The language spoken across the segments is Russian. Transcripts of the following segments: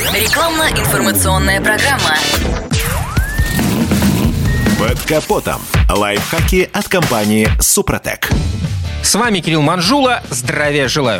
Рекламно-информационная программа. Под капотом. Лайфхаки от компании «Супротек». С вами Кирилл Манжула. Здравия желаю.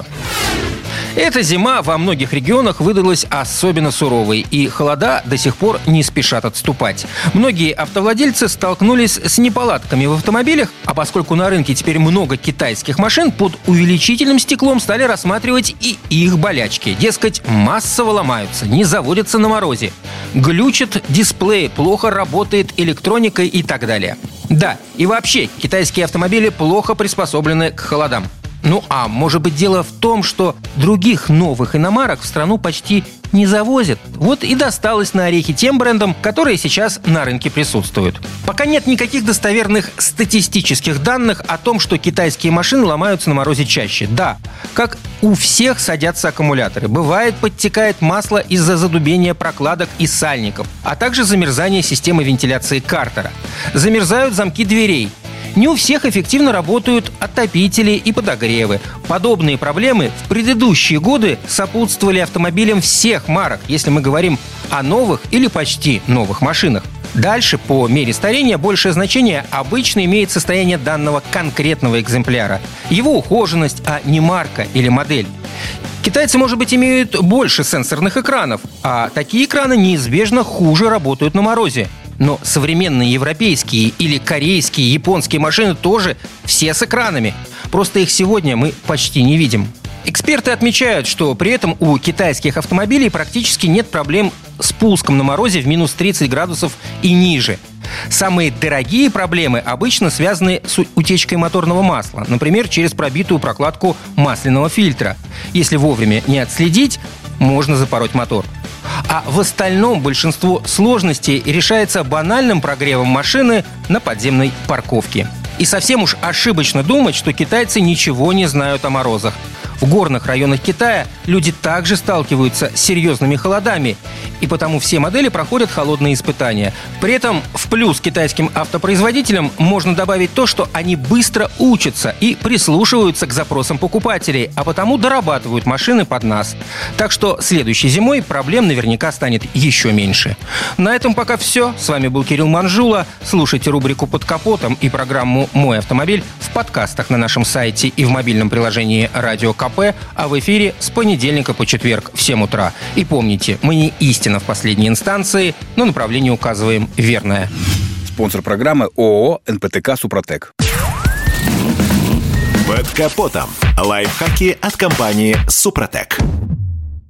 Эта зима во многих регионах выдалась особенно суровой, и холода до сих пор не спешат отступать. Многие автовладельцы столкнулись с неполадками в автомобилях, а поскольку на рынке теперь много китайских машин, под увеличительным стеклом стали рассматривать и их болячки. Дескать, массово ломаются, не заводятся на морозе, глючат дисплей, плохо работает электроника и так далее. Да, и вообще, китайские автомобили плохо приспособлены к холодам. Ну а может быть дело в том, что других новых иномарок в страну почти не завозят. Вот и досталось на орехи тем брендам, которые сейчас на рынке присутствуют. Пока нет никаких достоверных статистических данных о том, что китайские машины ломаются на морозе чаще. Да, как у всех садятся аккумуляторы. Бывает, подтекает масло из-за задубения прокладок и сальников, а также замерзание системы вентиляции картера. Замерзают замки дверей. Не у всех эффективно работают отопители и подогревы. Подобные проблемы в предыдущие годы сопутствовали автомобилям всех марок, если мы говорим о новых или почти новых машинах. Дальше, по мере старения, большее значение обычно имеет состояние данного конкретного экземпляра. Его ухоженность, а не марка или модель. Китайцы, может быть, имеют больше сенсорных экранов, а такие экраны неизбежно хуже работают на морозе. Но современные европейские или корейские, японские машины тоже все с экранами. Просто их сегодня мы почти не видим. Эксперты отмечают, что при этом у китайских автомобилей практически нет проблем с пуском на морозе в минус 30 градусов и ниже. Самые дорогие проблемы обычно связаны с утечкой моторного масла, например, через пробитую прокладку масляного фильтра. Если вовремя не отследить, можно запороть мотор. А в остальном большинство сложностей решается банальным прогревом машины на подземной парковке. И совсем уж ошибочно думать, что китайцы ничего не знают о морозах. В горных районах Китая люди также сталкиваются с серьезными холодами, и потому все модели проходят холодные испытания. При этом в плюс китайским автопроизводителям можно добавить то, что они быстро учатся и прислушиваются к запросам покупателей, а потому дорабатывают машины под нас. Так что следующей зимой проблем наверняка станет еще меньше. На этом пока все. С вами был Кирилл Манжула. Слушайте рубрику «Под капотом» и программу «Мой автомобиль» в подкастах на нашем сайте и в мобильном приложении «Радио КП», а в эфире с понедельника по четверг в 7 утра. И помните, мы не истина в последней инстанции, но направление указываем верное. Спонсор программы ООО «НПТК Супротек». Под капотом. Лайфхаки от компании «Супротек».